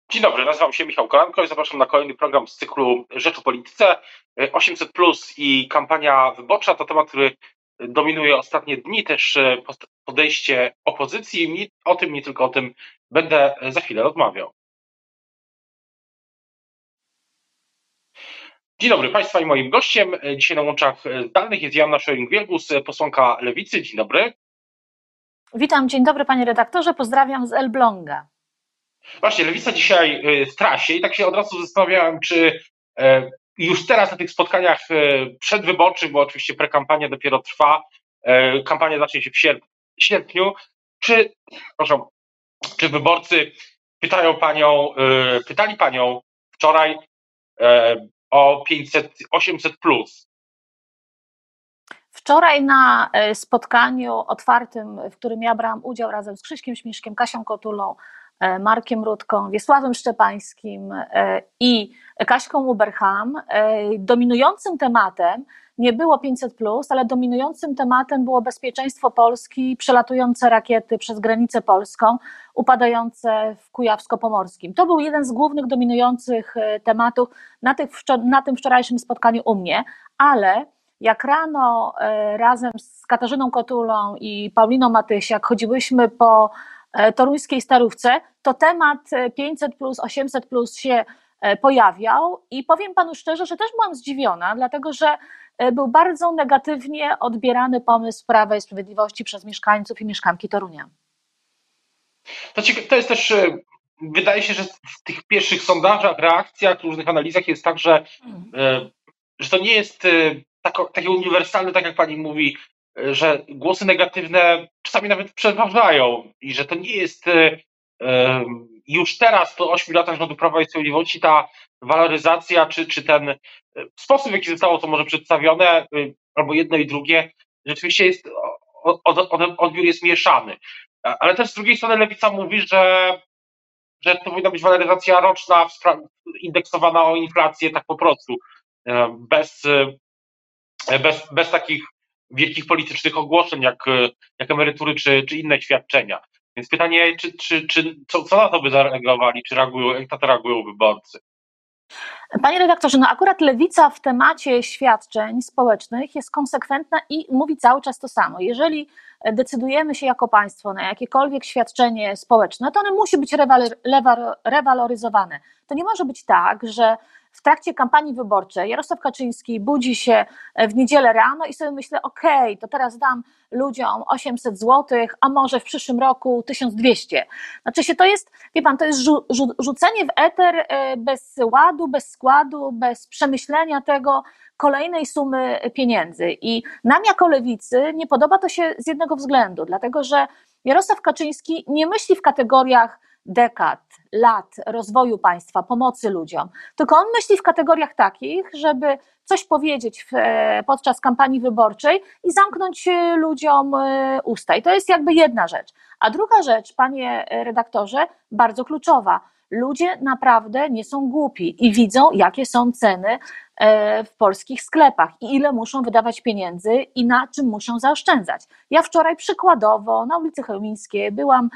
Dzień dobry, nazywam się Michał Kolanko i zapraszam na kolejny program z cyklu Rzecz o Polityce. 800 plus i kampania wyborcza to temat, który dominuje ostatnie dni, też podejście opozycji. O tym, nie tylko o tym będę za chwilę rozmawiał. Dzień dobry Państwa i moim gościem dzisiaj na łączach zdalnych jest Joanna Scheuring-Wielgus, posłanka Lewicy. Dzień dobry. Witam, dzień dobry panie redaktorze, pozdrawiam z Elbląga. Właśnie, Lewica dzisiaj w trasie i tak się od razu zastanawiałem, czy już teraz na tych spotkaniach przedwyborczych, bo oczywiście prekampania dopiero trwa, kampania zacznie się w sierpniu, proszę, czy wyborcy pytali panią wczoraj o 500, 800 plus? Wczoraj na spotkaniu otwartym, w którym ja brałam udział razem z Krzyśkiem Śmiszkiem, Kasią Kotulą, Markiem Rutką, Wiesławem Szczepańskim i Kaśką Uberham, dominującym tematem nie było 500+, ale dominującym tematem było bezpieczeństwo Polski, przelatujące rakiety przez granicę polską, upadające w Kujawsko-Pomorskim. To był jeden z głównych dominujących tematów na tym wczorajszym spotkaniu u mnie, ale jak rano razem z Katarzyną Kotulą i Pauliną Matysiak chodziłyśmy po toruńskiej Starówce, to temat 500+, 800+ się pojawiał i powiem panu szczerze, że też byłam zdziwiona, dlatego że był bardzo negatywnie odbierany pomysł Prawa i Sprawiedliwości przez mieszkańców i mieszkanki Torunia. To jest też, wydaje się, że w tych pierwszych sondażach, reakcjach, różnych analizach jest tak, że to nie jest takie uniwersalne, tak jak pani mówi, że głosy negatywne czasami nawet przeważają i że to nie jest już teraz, po 8 latach rządu Prawa i Sprawiedliwości, ta waloryzacja, czy ten sposób, w jaki zostało to może przedstawione, albo jedno i drugie, rzeczywiście jest, odbiór jest mieszany. Ale też z drugiej strony Lewica mówi, że to powinna być waloryzacja roczna, indeksowana o inflację, tak po prostu, bez takich wielkich politycznych ogłoszeń, jak emerytury czy inne świadczenia. Więc pytanie, co na to by zareagowali, jak na to reagują wyborcy? Panie redaktorze, no akurat Lewica w temacie świadczeń społecznych jest konsekwentna i mówi cały czas to samo. Jeżeli decydujemy się jako państwo na jakiekolwiek świadczenie społeczne, to ono musi być rewaloryzowane. To nie może być tak, że w trakcie kampanii wyborczej Jarosław Kaczyński budzi się w niedzielę rano i sobie myślę, okej, to teraz dam ludziom 800 zł, a może w przyszłym roku 1200. Znaczy to jest, wie pan, to jest rzucenie w eter bez ładu, bez składu, bez przemyślenia tego kolejnej sumy pieniędzy. I nam jako Lewicy nie podoba to się z jednego względu, dlatego że Jarosław Kaczyński nie myśli w kategoriach dekad, lat rozwoju państwa, pomocy ludziom, tylko on myśli w kategoriach takich, żeby coś powiedzieć podczas kampanii wyborczej i zamknąć ludziom usta. I to jest jakby jedna rzecz. A druga rzecz, panie redaktorze, bardzo kluczowa. Ludzie naprawdę nie są głupi i widzą, jakie są ceny w polskich sklepach i ile muszą wydawać pieniędzy i na czym muszą zaoszczędzać. Ja wczoraj przykładowo na ulicy Chełmińskiej byłam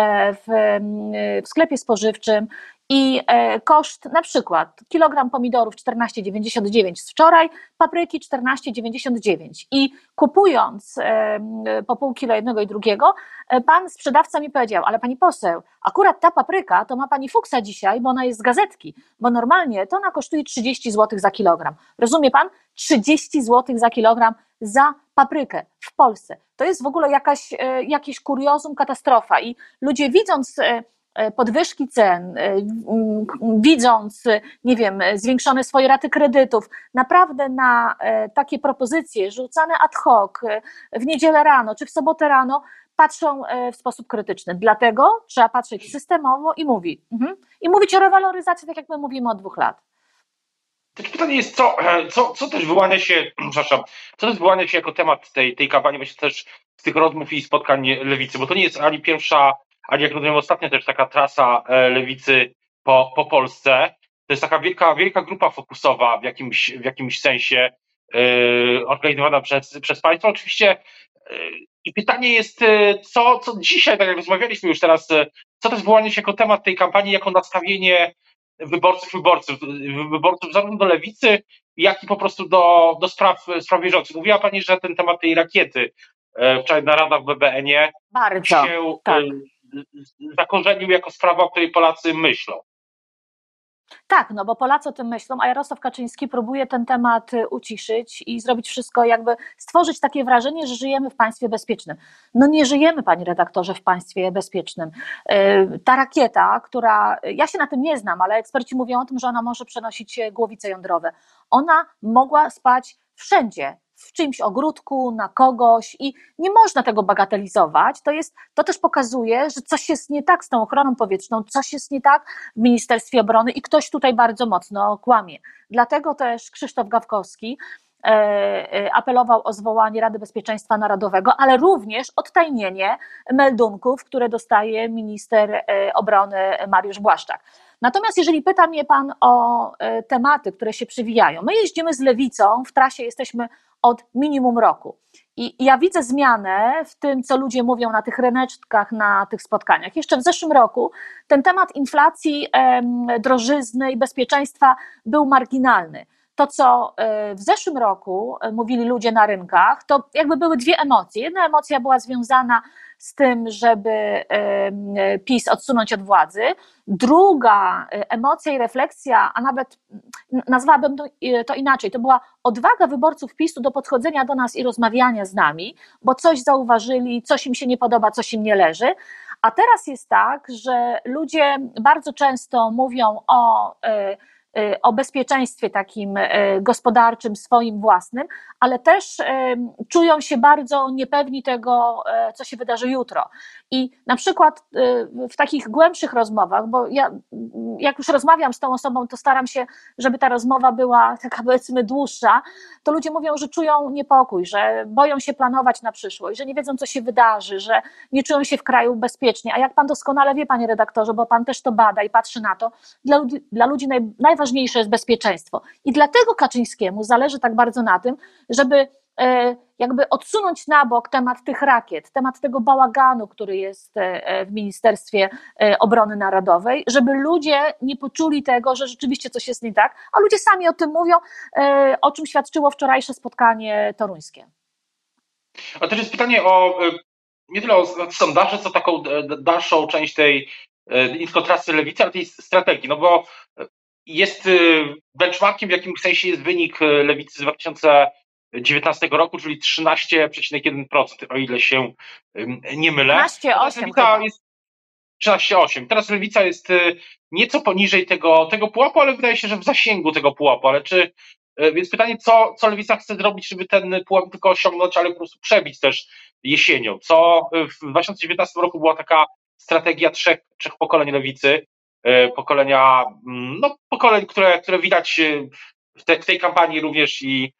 w sklepie spożywczym i koszt na przykład kilogram pomidorów 14,99 z wczoraj, papryki 14,99 i kupując po pół kilo jednego i drugiego, pan sprzedawca mi powiedział, ale pani poseł, akurat ta papryka to ma pani fuksa dzisiaj, bo ona jest z gazetki, bo normalnie to ona kosztuje 30 zł za kilogram. Rozumie pan? 30 zł za kilogram za paprykę w Polsce. To jest w ogóle jakieś kuriozum, katastrofa i ludzie widząc podwyżki cen, widząc, nie wiem, zwiększone swoje raty kredytów, naprawdę na takie propozycje rzucane ad hoc w niedzielę rano czy w sobotę rano patrzą w sposób krytyczny. Dlatego trzeba patrzeć systemowo i mówić o rewaloryzacji, tak jak my mówimy od 2 lat. Takie pytanie jest, co też wyłania się, przepraszam, co też wyłania się jako temat tej kampanii, właśnie też z tych rozmów i spotkań Lewicy, bo to nie jest ani pierwsza, ani jak rozumiem ostatnia też taka trasa Lewicy po Polsce. To jest taka wielka grupa fokusowa w jakimś sensie organizowana przez państwo. Oczywiście I pytanie jest, co dzisiaj, tak jak rozmawialiśmy już teraz, co też wyłania się jako temat tej kampanii, jako nastawienie wyborców zarówno do lewicy, jak i po prostu do spraw bieżących. Mówiła Pani, że ten temat tej rakiety wczoraj na radach w BBN-ie Bardzo, się tak. zakorzenił jako sprawa, o której Polacy myślą. Tak, no bo Polacy o tym myślą, a Jarosław Kaczyński próbuje ten temat uciszyć i zrobić wszystko, jakby stworzyć takie wrażenie, że żyjemy w państwie bezpiecznym. No nie żyjemy, panie redaktorze, w państwie bezpiecznym. Ta rakieta, która, ja się na tym nie znam, ale eksperci mówią o tym, że ona może przenosić głowice jądrowe. Ona mogła spać wszędzie, w czyimś ogródku, na kogoś i nie można tego bagatelizować. To też pokazuje, że coś jest nie tak z tą ochroną powietrzną, coś jest nie tak w Ministerstwie Obrony i ktoś tutaj bardzo mocno kłamie. Dlatego też Krzysztof Gawkowski apelował o zwołanie Rady Bezpieczeństwa Narodowego, ale również odtajnienie meldunków, które dostaje minister obrony Mariusz Błaszczak. Natomiast jeżeli pyta mnie pan o tematy, które się przewijają, my jeździmy z Lewicą, w trasie jesteśmy od minimum roku. I ja widzę zmianę w tym, co ludzie mówią na tych ryneczkach, na tych spotkaniach. Jeszcze w zeszłym roku ten temat inflacji, drożyzny i bezpieczeństwa był marginalny. To, co w zeszłym roku mówili ludzie na rynkach, to jakby były dwie emocje. Jedna emocja była związana z tym, żeby PiS odsunąć od władzy. Druga emocja i refleksja, a nawet nazwałabym to inaczej, to była odwaga wyborców PiS-u do podchodzenia do nas i rozmawiania z nami, bo coś zauważyli, coś im się nie podoba, coś im nie leży. A teraz jest tak, że ludzie bardzo często mówią o bezpieczeństwie takim gospodarczym, swoim własnym, ale też czują się bardzo niepewni tego, co się wydarzy jutro. I na przykład w takich głębszych rozmowach, bo ja jak już rozmawiam z tą osobą, to staram się, żeby ta rozmowa była taka, powiedzmy, dłuższa, to ludzie mówią, że czują niepokój, że boją się planować na przyszłość, że nie wiedzą, co się wydarzy, że nie czują się w kraju bezpiecznie. A jak pan doskonale wie, panie redaktorze, bo pan też to bada i patrzy na to, dla ludzi najważniejsze jest bezpieczeństwo. I dlatego Kaczyńskiemu zależy tak bardzo na tym, żeby jakby odsunąć na bok temat tych rakiet, temat tego bałaganu, który jest w Ministerstwie Obrony Narodowej, żeby ludzie nie poczuli tego, że rzeczywiście coś jest nie tak, a ludzie sami o tym mówią, o czym świadczyło wczorajsze spotkanie toruńskie. A też jest pytanie o nie tyle o sondaże, co taką dalszą część tej infotrasy lewicy, ale tej strategii, no bo jest benchmarkiem, w jakim sensie jest wynik lewicy z 2019 roku, czyli 13,1%, o ile się nie mylę. 13,8 jest 13,8. Teraz lewica jest nieco poniżej tego pułapu, ale wydaje się, że w zasięgu tego pułapu. Ale więc pytanie, co lewica chce zrobić, żeby ten pułap tylko osiągnąć, ale po prostu przebić też jesienią. Co w 2019 roku była taka strategia trzech pokoleń lewicy, pokoleń, które widać w tej kampanii również i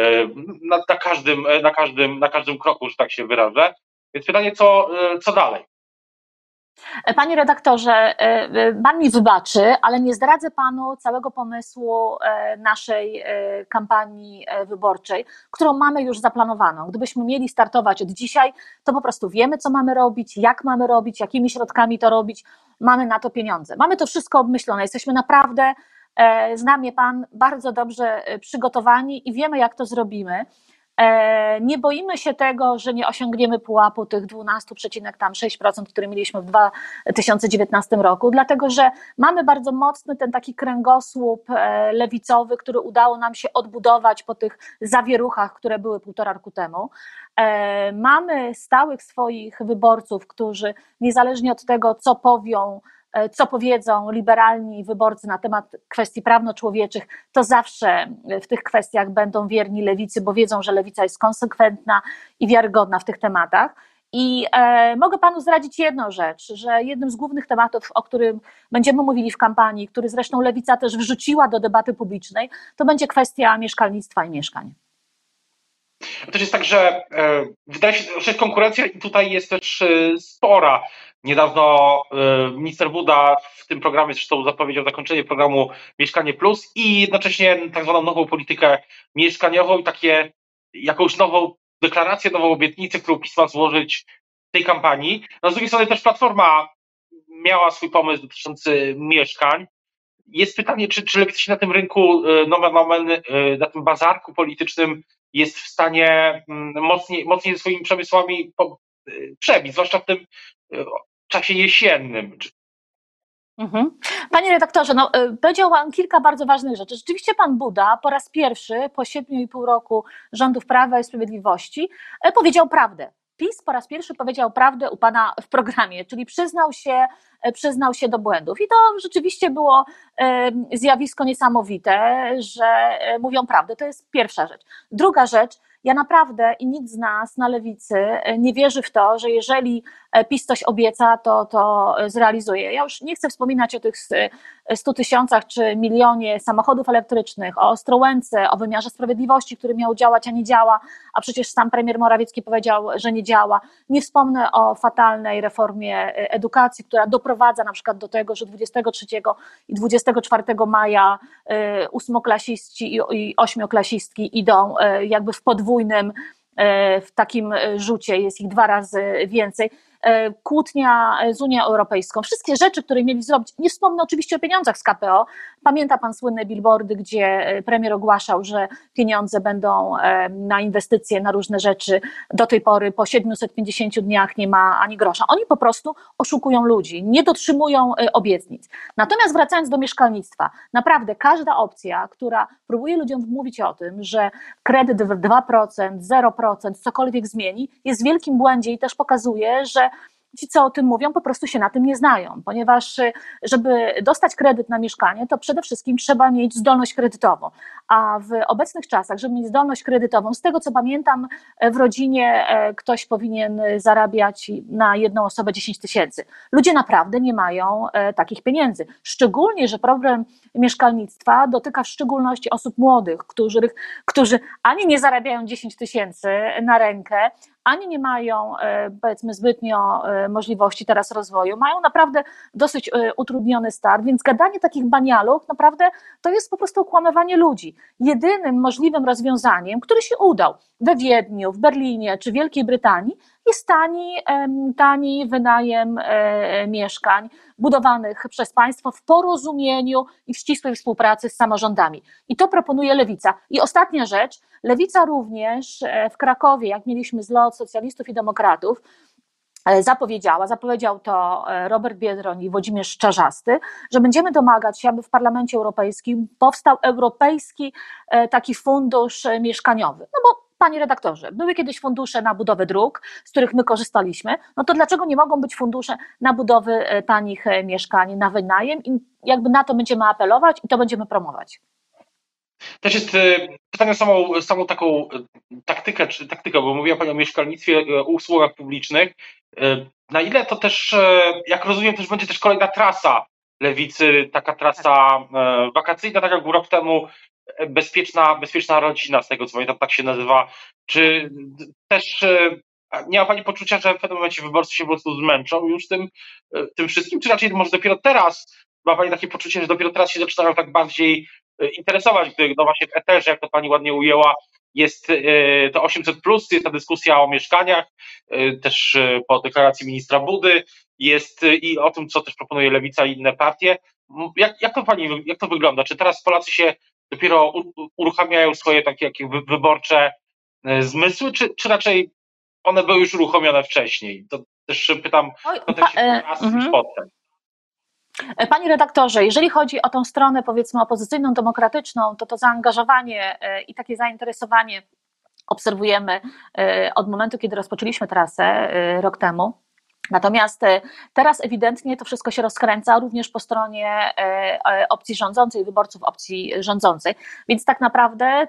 na każdym kroku, że tak się wyrażę. Więc pytanie, co dalej? Panie redaktorze, pan mi wybaczy, ale nie zdradzę panu całego pomysłu naszej kampanii wyborczej, którą mamy już zaplanowaną. Gdybyśmy mieli startować od dzisiaj, to po prostu wiemy, co mamy robić, jak mamy robić, jakimi środkami to robić, mamy na to pieniądze. Mamy to wszystko obmyślone, jesteśmy naprawdę, zna mnie pan, bardzo dobrze przygotowani i wiemy, jak to zrobimy. Nie boimy się tego, że nie osiągniemy pułapu tych 12,6%, który mieliśmy w 2019 roku, dlatego że mamy bardzo mocny ten taki kręgosłup lewicowy, który udało nam się odbudować po tych zawieruchach, które były 1,5 roku temu. Mamy stałych swoich wyborców, którzy niezależnie od tego, co powiedzą liberalni wyborcy na temat kwestii prawno-człowieczych, to zawsze w tych kwestiach będą wierni lewicy, bo wiedzą, że lewica jest konsekwentna i wiarygodna w tych tematach. I mogę panu zdradzić jedną rzecz, że jednym z głównych tematów, o którym będziemy mówili w kampanii, który zresztą lewica też wrzuciła do debaty publicznej, to będzie kwestia mieszkalnictwa i mieszkań. To też jest tak, że wydaje się, że konkurencja i tutaj jest też spora. Niedawno minister Buda w tym programie zresztą zapowiedział zakończenie programu Mieszkanie Plus i jednocześnie tak zwaną nową politykę mieszkaniową i jakąś nową deklarację, nową obietnicę, którą PiS ma złożyć w tej kampanii. No, z drugiej strony też Platforma miała swój pomysł dotyczący mieszkań. Jest pytanie, czy Lewica się na tym rynku, nomen omen, na tym bazarku politycznym jest w stanie mocniej ze swoimi przemysłami przebić, zwłaszcza w tym czasie jesiennym. Mhm. Panie redaktorze, powiedział Pan kilka bardzo ważnych rzeczy. Rzeczywiście Pan Buda po raz pierwszy po 7,5 roku rządów Prawa i Sprawiedliwości powiedział prawdę. PiS po raz pierwszy powiedział prawdę u Pana w programie, czyli przyznał się do błędów. I to rzeczywiście było zjawisko niesamowite, że mówią prawdę. To jest pierwsza rzecz. Druga rzecz, ja naprawdę i nikt z nas na lewicy nie wierzy w to, że jeżeli PiS coś obieca, to zrealizuje. Ja już nie chcę wspominać o tych 100 tysiącach czy milionie samochodów elektrycznych, o Ostrołęce, o wymiarze sprawiedliwości, który miał działać, a nie działa, a przecież sam premier Morawiecki powiedział, że nie działa. Nie wspomnę o fatalnej reformie edukacji, która doprowadza na przykład do tego, że 23 i 24 maja ósmoklasiści i ośmioklasistki idą jakby w podwójnym, w takim rzucie, jest ich 2 razy więcej. Kłótnia z Unią Europejską, wszystkie rzeczy, które mieli zrobić, nie wspomnę oczywiście o pieniądzach z KPO. Pamięta Pan słynne billboardy, gdzie premier ogłaszał, że pieniądze będą na inwestycje, na różne rzeczy. Do tej pory po 750 dniach nie ma ani grosza. Oni po prostu oszukują ludzi, nie dotrzymują obietnic. Natomiast wracając do mieszkalnictwa, naprawdę każda opcja, która próbuje ludziom wmówić o tym, że kredyt w 2%, 0%, cokolwiek zmieni, jest w wielkim błędzie i też pokazuje, że ci, co o tym mówią, po prostu się na tym nie znają, ponieważ żeby dostać kredyt na mieszkanie, to przede wszystkim trzeba mieć zdolność kredytową, a w obecnych czasach, żeby mieć zdolność kredytową, z tego co pamiętam, w rodzinie ktoś powinien zarabiać na jedną osobę 10 tysięcy. Ludzie naprawdę nie mają takich pieniędzy, szczególnie, że problem mieszkalnictwa dotyka w szczególności osób młodych, którzy ani nie zarabiają 10 tysięcy na rękę, ani nie mają, powiedzmy, zbytnio możliwości teraz rozwoju, mają naprawdę dosyć utrudniony start, więc gadanie takich banialów naprawdę to jest po prostu okłamywanie ludzi. Jedynym możliwym rozwiązaniem, który się udał we Wiedniu, w Berlinie czy Wielkiej Brytanii, jest tani wynajem mieszkań budowanych przez państwo w porozumieniu i w ścisłej współpracy z samorządami. I to proponuje Lewica. I ostatnia rzecz, Lewica również w Krakowie, jak mieliśmy zlot socjalistów i demokratów, zapowiedział to Robert Biedroń i Włodzimierz Czarzasty, że będziemy domagać się, aby w Parlamencie Europejskim powstał europejski taki fundusz mieszkaniowy. No bo, panie redaktorze, były kiedyś fundusze na budowę dróg, z których my korzystaliśmy, no to dlaczego nie mogą być fundusze na budowę tanich mieszkań na wynajem? I jakby na to będziemy apelować i to będziemy promować. Też jest pytanie o samą taką taktykę, bo mówiła Pani o mieszkalnictwie, o usługach publicznych. Na ile to też, jak rozumiem, też będzie też kolejna trasa Lewicy, taka trasa wakacyjna, tak jak był rok temu, bezpieczna rodzina, z tego co pamiętam, tak się nazywa. Czy też nie ma Pani poczucia, że w pewnym momencie wyborcy się po prostu zmęczą już tym wszystkim, czy raczej może dopiero teraz ma Pani takie poczucie, że dopiero teraz się zaczynają tak bardziej interesować, gdy no właśnie w eterze, jak to Pani ładnie ujęła, jest to 800+, jest ta dyskusja o mieszkaniach, też po deklaracji ministra Budy, jest i o tym, co też proponuje Lewica i inne partie. Jak to wygląda? Czy teraz Polacy się dopiero uruchamiają swoje takie wyborcze zmysły, czy raczej one były już uruchomione wcześniej? To też pytam w kontekście i spotkań. Panie redaktorze, jeżeli chodzi o tą stronę, powiedzmy, opozycyjną, demokratyczną, to zaangażowanie i takie zainteresowanie obserwujemy od momentu, kiedy rozpoczęliśmy trasę rok temu. Natomiast teraz ewidentnie to wszystko się rozkręca również po stronie opcji rządzącej, wyborców opcji rządzącej, więc tak naprawdę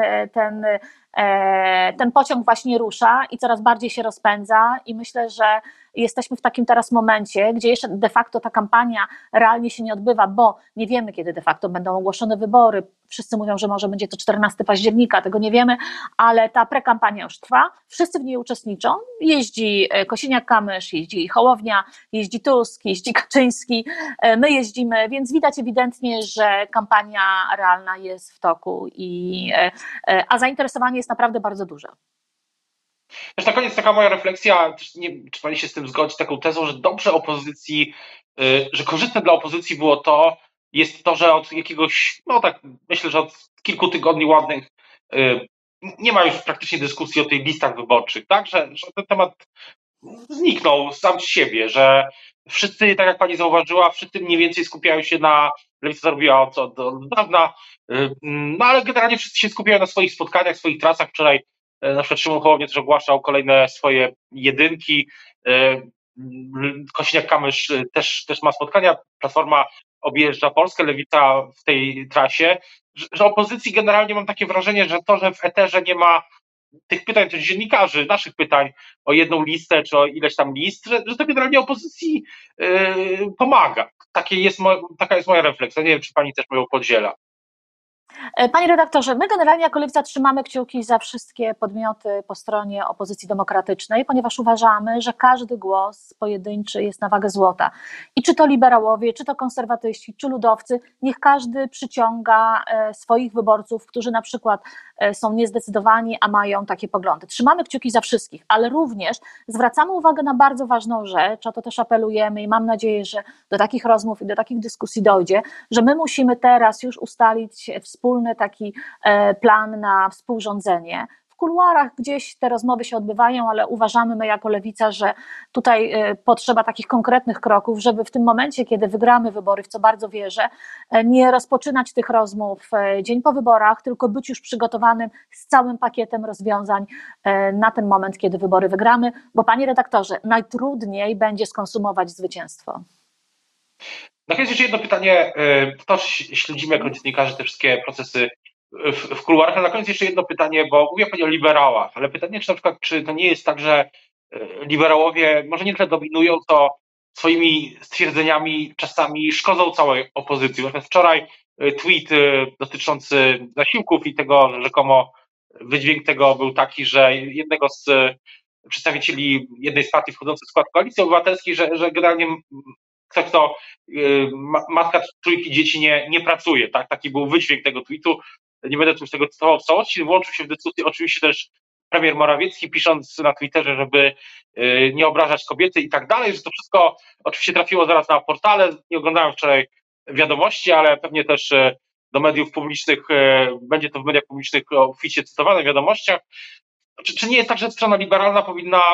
ten pociąg właśnie rusza i coraz bardziej się rozpędza i myślę, że jesteśmy w takim teraz momencie, gdzie jeszcze de facto ta kampania realnie się nie odbywa, bo nie wiemy, kiedy de facto będą ogłoszone wybory. Wszyscy mówią, że może będzie to 14 października, tego nie wiemy, ale ta prekampania już trwa, wszyscy w niej uczestniczą, jeździ Kosiniak-Kamysz, jeździ Hołownia, jeździ Tusk, jeździ Kaczyński, my jeździmy, więc widać ewidentnie, że kampania realna jest w toku, a zainteresowanie jest naprawdę bardzo duże. Też na koniec taka moja refleksja, też nie wiem, czy pani się z tym zgodzi, taką tezą, że dobrze opozycji, że korzystne dla opozycji było to, jest to, że od jakiegoś, no tak, myślę, że od kilku tygodni ładnych nie ma już praktycznie dyskusji o tych listach wyborczych, tak? Że ten temat zniknął sam z siebie, że wszyscy, tak jak pani zauważyła, wszyscy mniej więcej skupiają się na, lewica zrobiła od dawna, no ale generalnie wszyscy się skupiają na swoich spotkaniach, swoich trasach. Wczoraj na przykład Szymon Hołownia też ogłaszał kolejne swoje jedynki, Kosiniak-Kamysz też ma spotkania, Platforma objeżdża Polskę, Lewica w tej trasie, że opozycji generalnie mam takie wrażenie, że to, że w eterze nie ma tych pytań też dziennikarzy, naszych pytań o jedną listę czy o ileś tam list, że to generalnie opozycji pomaga. Taka jest moja refleksja. Nie wiem, czy pani też moją podziela. Panie redaktorze, my generalnie jako Lewica trzymamy kciuki za wszystkie podmioty po stronie opozycji demokratycznej, ponieważ uważamy, że każdy głos pojedynczy jest na wagę złota. I czy to liberałowie, czy to konserwatyści, czy ludowcy, niech każdy przyciąga swoich wyborców, którzy na przykład są niezdecydowani, a mają takie poglądy. Trzymamy kciuki za wszystkich, ale również zwracamy uwagę na bardzo ważną rzecz, a to też apelujemy i mam nadzieję, że do takich rozmów i do takich dyskusji dojdzie, że my musimy teraz już ustalić wspólny taki plan na współrządzenie. W kuluarach gdzieś te rozmowy się odbywają, ale uważamy my jako Lewica, że tutaj potrzeba takich konkretnych kroków, żeby w tym momencie, kiedy wygramy wybory, w co bardzo wierzę, nie rozpoczynać tych rozmów dzień po wyborach, tylko być już przygotowanym z całym pakietem rozwiązań na ten moment, kiedy wybory wygramy, bo panie redaktorze, najtrudniej będzie skonsumować zwycięstwo. Na koniec jeszcze jedno pytanie. To śledzimy jako dziennikarze te wszystkie procesy w kuluarach, ale na koniec jeszcze jedno pytanie, bo mówiła pani o liberałach, ale pytanie, czy na przykład, czy to nie jest tak, że liberałowie może nie tyle dominują, to swoimi stwierdzeniami czasami szkodzą całej opozycji. Właśnie wczoraj tweet dotyczący zasiłków i tego, że rzekomo wydźwięk tego był taki, że jednego z przedstawicieli jednej z partii wchodzących w skład Koalicji Obywatelskiej, że generalnie ktoś, kto matka trójki dzieci nie pracuje, tak? Taki był wydźwięk tego tweetu. Nie będę tu tego cytował w całości. Włączył się w dyskusję oczywiście też premier Morawiecki, pisząc na Twitterze, żeby nie obrażać kobiety i tak dalej, że to wszystko oczywiście trafiło zaraz na portale. Nie oglądałem wczoraj wiadomości, ale pewnie też do mediów publicznych, będzie to w mediach publicznych obficie cytowane w wiadomościach. Czy nie jest tak, że strona liberalna powinna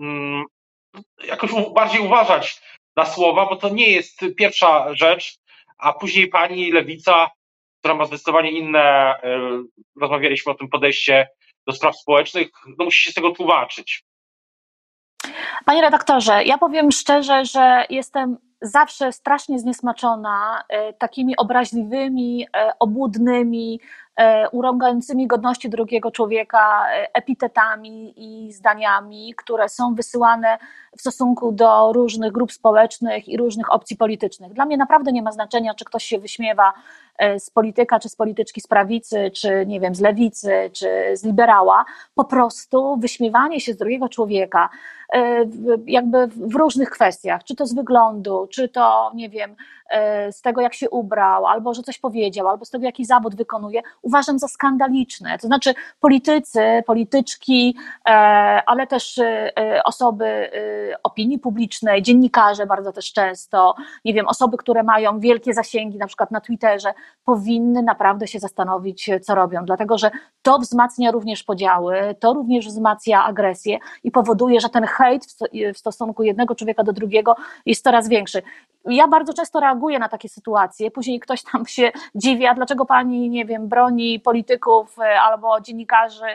jakoś bardziej uważać na słowa, bo to nie jest pierwsza rzecz, a później pani Lewica, która ma zdecydowanie inne, rozmawialiśmy o tym podejście do spraw społecznych, no musi się z tego tłumaczyć. Panie redaktorze, ja powiem szczerze, że jestem zawsze strasznie zniesmaczona takimi obraźliwymi, obłudnymi, urągającymi godności drugiego człowieka epitetami i zdaniami, które są wysyłane w stosunku do różnych grup społecznych i różnych opcji politycznych. Dla mnie naprawdę nie ma znaczenia, czy ktoś się wyśmiewa z polityka, czy z polityczki z prawicy, czy nie wiem, z lewicy, czy z liberała. Po prostu wyśmiewanie się z drugiego człowieka jakby w różnych kwestiach, czy to z wyglądu, czy to, nie wiem, z tego, jak się ubrał, albo że coś powiedział, albo z tego, jaki zawód wykonuje, uważam za skandaliczne. To znaczy politycy, polityczki, ale też osoby opinii publicznej, dziennikarze bardzo też często, nie wiem, osoby, które mają wielkie zasięgi, na przykład na Twitterze, powinny naprawdę się zastanowić, co robią, dlatego że to wzmacnia również podziały, to również wzmacnia agresję i powoduje, że ten hejt w stosunku jednego człowieka do drugiego jest coraz większy. Ja bardzo często reaguję na takie sytuacje, później ktoś tam się dziwi, a dlaczego pani, nie wiem, broni polityków albo dziennikarzy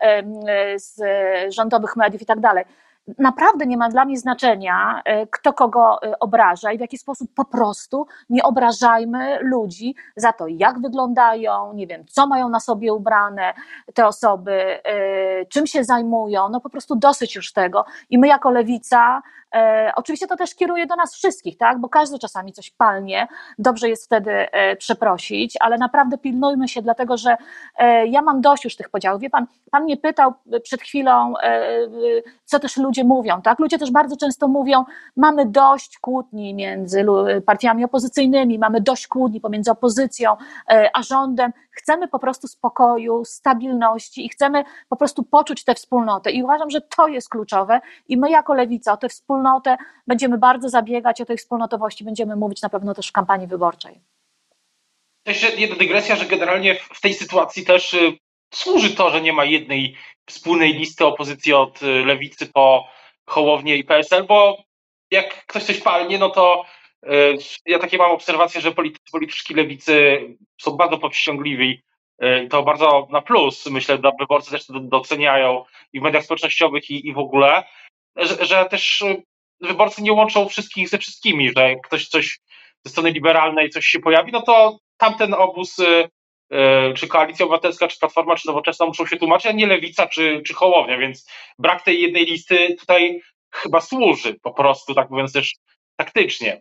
z rządowych mediów i tak dalej. Naprawdę nie ma dla mnie znaczenia, kto kogo obraża i w jaki sposób. Po prostu nie obrażajmy ludzi za to, jak wyglądają, nie wiem, co mają na sobie ubrane te osoby, czym się zajmują, no po prostu dosyć już tego. I my jako Lewica Oczywiście to też kieruje do nas wszystkich, tak? Bo każdy czasami coś palnie, dobrze jest wtedy przeprosić, ale naprawdę pilnujmy się, dlatego że ja mam dość już tych podziałów. Wie pan mnie pytał przed chwilą, co też ludzie mówią, tak? Ludzie też bardzo często mówią, mamy dość kłótni między partiami opozycyjnymi, mamy dość kłótni pomiędzy opozycją a rządem, chcemy po prostu spokoju, stabilności i chcemy po prostu poczuć tę wspólnotę i uważam, że to jest kluczowe i my jako Lewica o tę wspólnotę będziemy bardzo zabiegać, o tej wspólnotowości będziemy mówić na pewno też w kampanii wyborczej. Jeszcze jedna dygresja, że generalnie w tej sytuacji też służy to, że nie ma jednej wspólnej listy opozycji od Lewicy po Hołownię i PSL, bo jak ktoś coś palnie, no to ja takie mam obserwacje, że polityczki Lewicy są bardzo powściągliwi i to bardzo na plus, myślę, dla wyborcy też to doceniają i w mediach społecznościowych i w ogóle, że też wyborcy nie łączą wszystkich ze wszystkimi, że jak ktoś coś ze strony liberalnej coś się pojawi, no to tamten obóz, czy Koalicja Obywatelska, czy Platforma, czy Nowoczesna muszą się tłumaczyć, a nie Lewica, czy Hołownia, więc brak tej jednej listy tutaj chyba służy po prostu, tak mówiąc też taktycznie.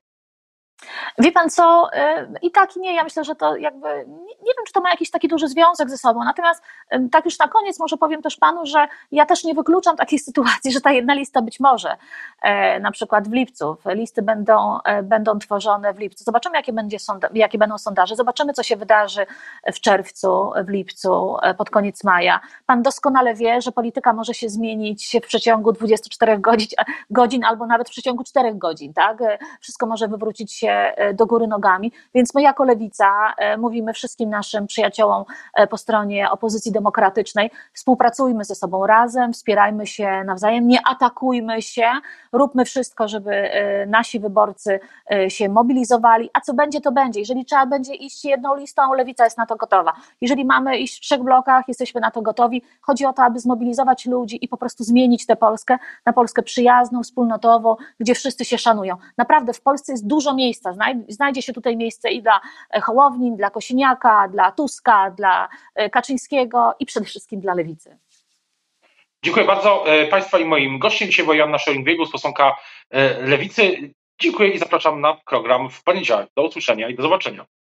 Wie pan co, i tak i nie, ja myślę, że to jakby, nie wiem, czy to ma jakiś taki duży związek ze sobą, natomiast tak już na koniec może powiem też panu, że ja też nie wykluczam takiej sytuacji, że ta jedna lista być może, na przykład w lipcu, listy będą tworzone w lipcu, zobaczymy jakie będą sondaże, zobaczymy co się wydarzy w czerwcu, w lipcu, pod koniec maja. Pan doskonale wie, że polityka może się zmienić w przeciągu 24 godzin albo nawet w przeciągu 4 godzin, tak? Wszystko może wywrócić się do góry nogami, więc my jako Lewica mówimy wszystkim naszym przyjaciołom po stronie opozycji demokratycznej, współpracujmy ze sobą razem, wspierajmy się nawzajem, nie atakujmy się, róbmy wszystko, żeby nasi wyborcy się mobilizowali, a co będzie, to będzie. Jeżeli trzeba będzie iść jedną listą, Lewica jest na to gotowa. Jeżeli mamy iść w 3 blokach, jesteśmy na to gotowi. Chodzi o to, aby zmobilizować ludzi i po prostu zmienić tę Polskę na Polskę przyjazną, wspólnotową, gdzie wszyscy się szanują. Naprawdę w Polsce jest dużo miejsca, znajdzie się tutaj miejsce i dla Hołowni, dla Kosiniaka, dla Tuska, dla Kaczyńskiego i przede wszystkim dla Lewicy. Dziękuję bardzo Państwa i moim gościem dzisiaj była Joanna Scheuring-Wielgus, posłanka Lewicy. Dziękuję i zapraszam na program w poniedziałek. Do usłyszenia i do zobaczenia.